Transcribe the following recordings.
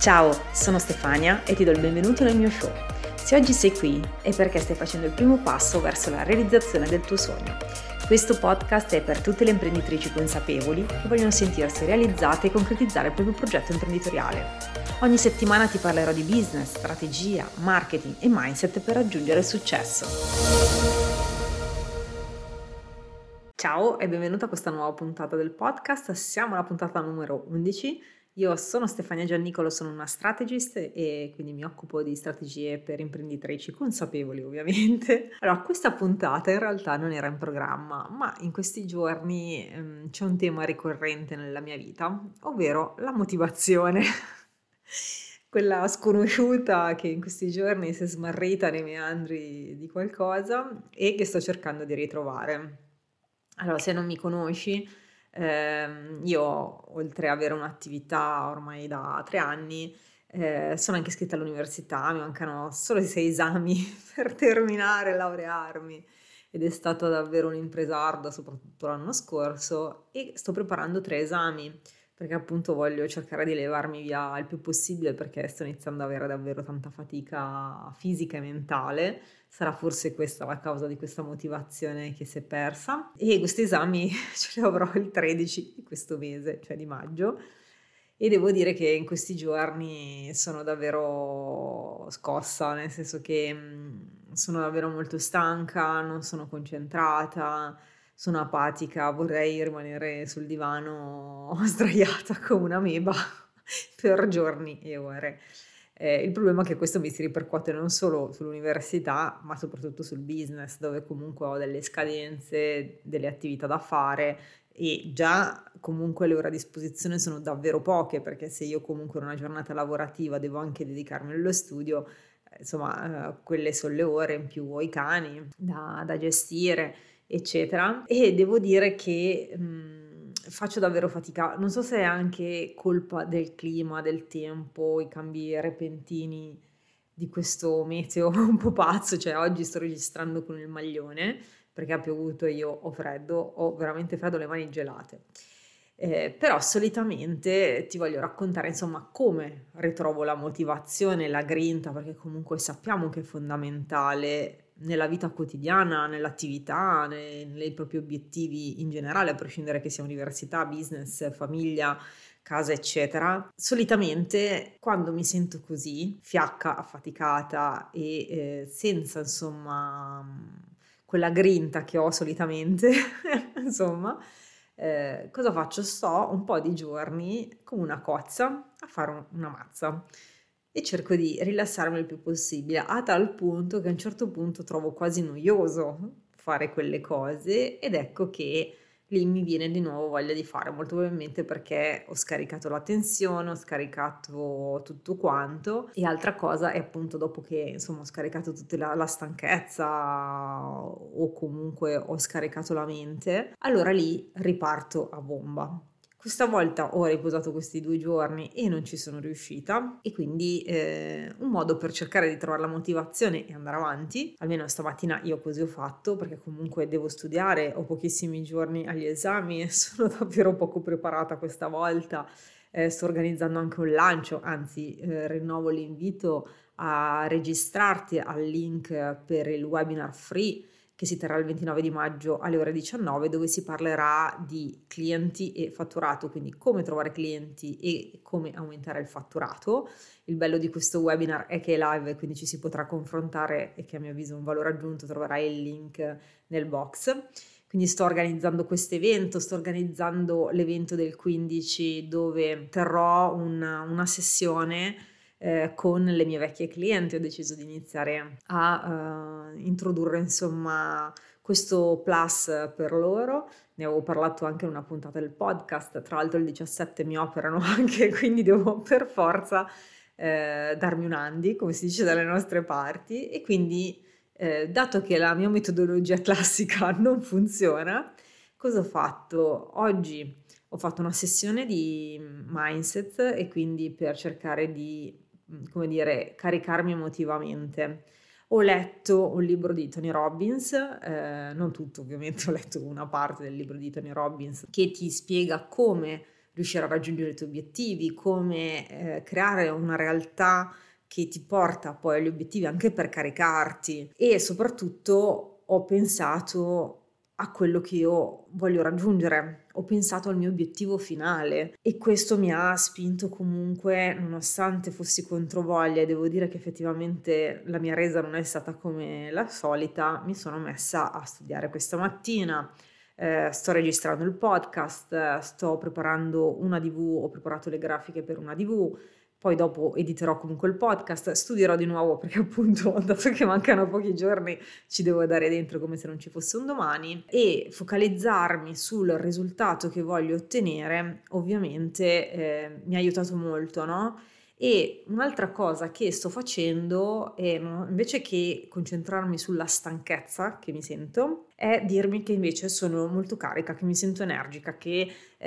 Ciao, sono Stefania e ti do il benvenuto nel mio show. Se oggi sei qui è perché stai facendo il primo passo verso la realizzazione del tuo sogno. Questo podcast è per tutte le imprenditrici consapevoli che vogliono sentirsi realizzate e concretizzare il proprio progetto imprenditoriale. Ogni settimana ti parlerò di business, strategia, marketing e mindset per raggiungere il successo. Ciao e benvenuta a questa nuova puntata del podcast. Siamo alla puntata numero 11. Io sono Stefania Giannicolo, sono una strategist e quindi mi occupo di strategie per imprenditrici consapevoli, ovviamente. Allora, questa puntata in realtà non era in programma, ma in questi giorni c'è un tema ricorrente nella mia vita, ovvero la motivazione. Quella sconosciuta che in questi giorni si è smarrita nei meandri di qualcosa e che sto cercando di ritrovare. Allora, se non mi conosci, io oltre ad avere un'attività ormai da 3 anni, sono anche iscritta all'università, mi mancano solo 6 esami per terminare e laurearmi ed è stata davvero un'impresa ardua, soprattutto l'anno scorso, e sto preparando 3 esami perché appunto voglio cercare di levarmi via il più possibile perché sto iniziando ad avere davvero tanta fatica fisica e mentale. Sarà forse questa la causa di questa motivazione che si è persa. E questi esami ce li avrò il 13 di questo mese, cioè di maggio. E devo dire che in questi giorni sono davvero scossa, nel senso che sono davvero molto stanca, non sono concentrata, sono apatica, vorrei rimanere sul divano sdraiata come una meba per giorni e ore. Il problema è che questo mi si ripercuote non solo sull'università, ma soprattutto sul business, dove comunque ho delle scadenze, delle attività da fare e già comunque le ore a disposizione sono davvero poche, perché se io comunque in una giornata lavorativa devo anche dedicarmi allo studio, insomma, quelle sono le ore in più ho i cani da gestire, eccetera. E devo dire che faccio davvero fatica. Non so se è anche colpa del clima, del tempo, i cambi repentini di questo meteo un po' pazzo, cioè oggi sto registrando con il maglione perché ha piovuto e io ho freddo, ho veramente freddo, le mani gelate. Però solitamente ti voglio raccontare insomma come ritrovo la motivazione, la grinta, perché comunque sappiamo che è fondamentale nella vita quotidiana, nell'attività, nei propri obiettivi in generale, a prescindere che sia università, business, famiglia, casa, eccetera. Solitamente quando mi sento così, fiacca, affaticata e senza insomma quella grinta che ho solitamente, insomma, cosa faccio? Sto un po' di giorni come una cozza a fare una mazza e cerco di rilassarmi il più possibile, a tal punto che a un certo punto trovo quasi noioso fare quelle cose ed ecco che lì mi viene di nuovo voglia di fare, molto probabilmente perché ho scaricato la tensione, ho scaricato tutto quanto e altra cosa è appunto dopo che insomma ho scaricato tutta la stanchezza o comunque ho scaricato la mente, allora lì riparto a bomba. Questa volta ho riposato questi 2 giorni e non ci sono riuscita e quindi un modo per cercare di trovare la motivazione e andare avanti, almeno stamattina io così ho fatto perché comunque devo studiare, ho pochissimi giorni agli esami e sono davvero poco preparata questa volta, sto organizzando anche un lancio, anzi rinnovo l'invito a registrarti al link per il webinar free che si terrà il 29 di maggio alle ore 19, dove si parlerà di clienti e fatturato, quindi come trovare clienti e come aumentare il fatturato. Il bello di questo webinar è che è live, quindi ci si potrà confrontare e che a mio avviso è un valore aggiunto, troverai il link nel box. Quindi sto organizzando questo evento, sto organizzando l'evento del 15 dove terrò una sessione con le mie vecchie clienti. Ho deciso di iniziare a introdurre insomma questo plus per loro. Ne avevo parlato anche in una puntata del podcast, tra l'altro il 17 mi operano anche, quindi devo per forza darmi un Andi, come si dice dalle nostre parti, e quindi dato che la mia metodologia classica non funziona, cosa ho fatto? Oggi ho fatto una sessione di mindset e quindi per cercare di come dire, caricarmi emotivamente. Ho letto un libro di Tony Robbins, non tutto ovviamente, ho letto una parte del libro di Tony Robbins che ti spiega come riuscire a raggiungere i tuoi obiettivi, come creare una realtà che ti porta poi agli obiettivi anche per caricarti. E soprattutto ho pensato a quello che io voglio raggiungere, ho pensato al mio obiettivo finale e questo mi ha spinto comunque, nonostante fossi controvoglia, e devo dire che effettivamente la mia resa non è stata come la solita, mi sono messa a studiare questa mattina. Sto registrando il podcast, sto preparando una DV, ho preparato le grafiche per una DV, poi dopo editerò comunque il podcast, studierò di nuovo perché appunto, dato che mancano pochi giorni, ci devo dare dentro come se non ci fosse un domani, e focalizzarmi sul risultato che voglio ottenere ovviamente mi ha aiutato molto, no? E un'altra cosa che sto facendo è, invece che concentrarmi sulla stanchezza che mi sento, è dirmi che invece sono molto carica, che mi sento energica, che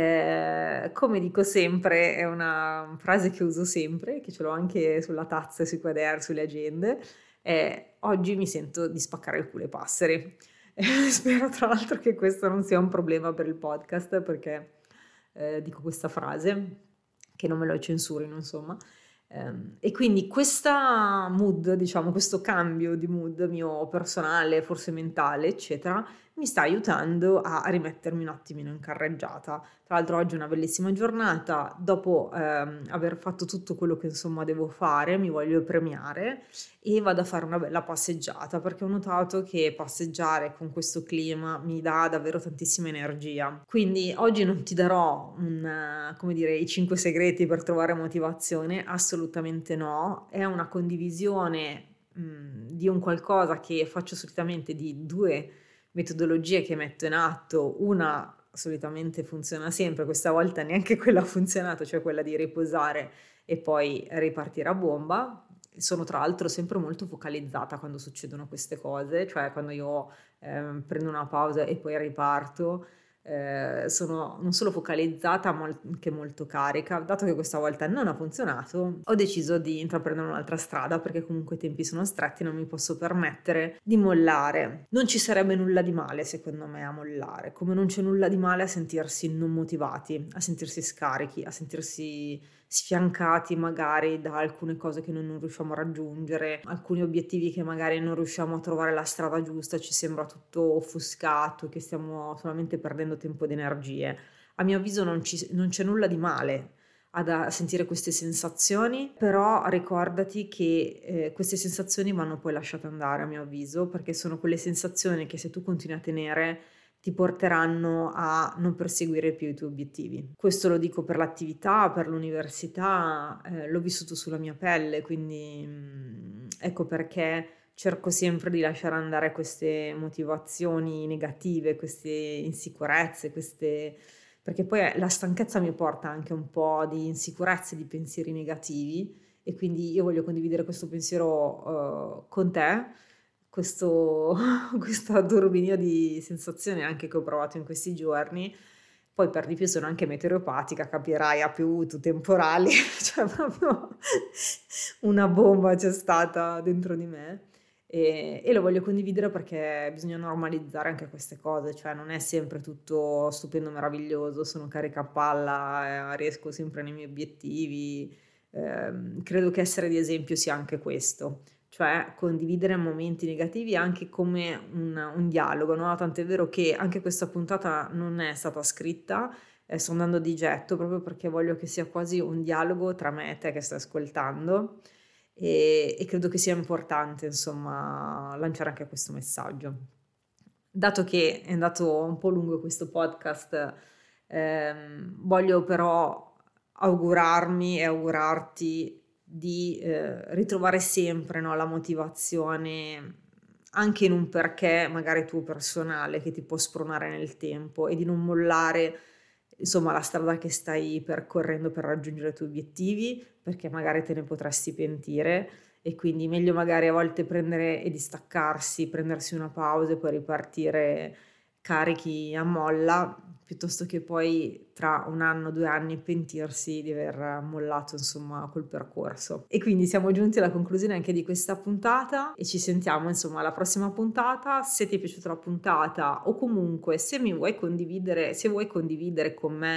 come dico sempre, è una frase che uso sempre, che ce l'ho anche sulla tazza, sui quaderni, sulle agende, oggi mi sento di spaccare il culo ai passeri. Spero tra l'altro che questo non sia un problema per il podcast, perché dico questa frase, che non me lo censurino, insomma. E quindi questa mood, diciamo, questo cambio di mood mio personale, forse mentale, eccetera, mi sta aiutando a rimettermi un attimino in carreggiata. Tra l'altro oggi è una bellissima giornata, dopo aver fatto tutto quello che insomma devo fare, mi voglio premiare e vado a fare una bella passeggiata, perché ho notato che passeggiare con questo clima mi dà davvero tantissima energia. Quindi oggi non ti darò come dire, i 5 segreti per trovare motivazione, assolutamente no, è una condivisione di un qualcosa che faccio solitamente, di 2 metodologie che metto in atto. Una solitamente funziona sempre, questa volta neanche quella ha funzionato, cioè quella di riposare e poi ripartire a bomba. Sono tra l'altro sempre molto focalizzata quando succedono queste cose, cioè quando io prendo una pausa e poi riparto. Sono non solo focalizzata ma anche molto carica. Dato che questa volta non ha funzionato, ho deciso di intraprendere un'altra strada, perché comunque i tempi sono stretti, non mi posso permettere di mollare. Non ci sarebbe nulla di male secondo me a mollare, come non c'è nulla di male a sentirsi non motivati, a sentirsi scarichi, a sentirsi sfiancati magari da alcune cose che noi non riusciamo a raggiungere, alcuni obiettivi che magari non riusciamo a trovare la strada giusta, ci sembra tutto offuscato, che stiamo solamente perdendo tempo ed energie. A mio avviso non c'è nulla di male a sentire queste sensazioni, però ricordati che queste sensazioni vanno poi lasciate andare, a mio avviso, perché sono quelle sensazioni che se tu continui a tenere ti porteranno a non perseguire più i tuoi obiettivi. Questo lo dico per l'attività, per l'università, l'ho vissuto sulla mia pelle, quindi ecco perché cerco sempre di lasciare andare queste motivazioni negative, queste insicurezze, perché poi la stanchezza mi porta anche un po' di insicurezze, di pensieri negativi, e quindi io voglio condividere questo pensiero con te, questo turbinio di sensazioni anche che ho provato in questi giorni. Poi per di più sono anche meteoropatica, capirai, ha piovuto, temporali, cioè proprio una bomba c'è stata dentro di me. E lo voglio condividere perché bisogna normalizzare anche queste cose, cioè non è sempre tutto stupendo, meraviglioso, sono carica a palla, riesco sempre nei miei obiettivi. Credo che essere di esempio sia anche questo, cioè condividere momenti negativi anche come un dialogo, no? Tant'è vero che anche questa puntata non è stata scritta, sto andando di getto proprio perché voglio che sia quasi un dialogo tra me e te che stai ascoltando, e credo che sia importante, insomma, lanciare anche questo messaggio. Dato che è andato un po' lungo questo podcast, voglio però augurarmi e augurarti di ritrovare sempre, no, la motivazione anche in un perché magari tuo personale che ti può spronare nel tempo, e di non mollare insomma la strada che stai percorrendo per raggiungere i tuoi obiettivi, perché magari te ne potresti pentire, e quindi meglio magari a volte prendere e distaccarsi, prendersi una pausa e poi ripartire carichi a molla, piuttosto che poi tra 1 anno, 2 anni pentirsi di aver mollato insomma quel percorso. E quindi siamo giunti alla conclusione anche di questa puntata e ci sentiamo insomma alla prossima puntata. Se ti è piaciuta la puntata, o comunque se vuoi condividere con me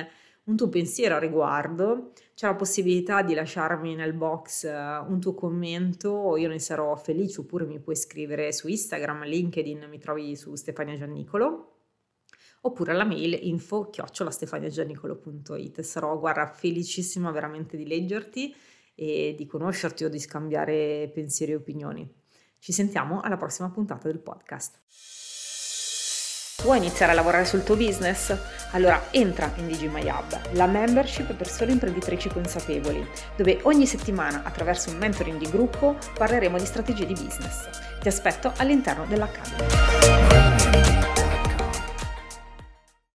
un tuo pensiero a riguardo. C'è la possibilità di lasciarmi nel box un tuo commento, io ne sarò felice, oppure mi puoi scrivere su Instagram, LinkedIn, mi trovi su Stefania Giannicolo, oppure alla mail info@stefaniagiannicolo.it. Sarò, guarda, felicissima veramente di leggerti e di conoscerti o di scambiare pensieri e opinioni. Ci sentiamo alla prossima puntata del podcast. Vuoi iniziare a lavorare sul tuo business? Allora entra in DigiMyHub, la membership per sole imprenditrici consapevoli, dove ogni settimana attraverso un mentoring di gruppo parleremo di strategie di business. Ti aspetto all'interno dell'Academy.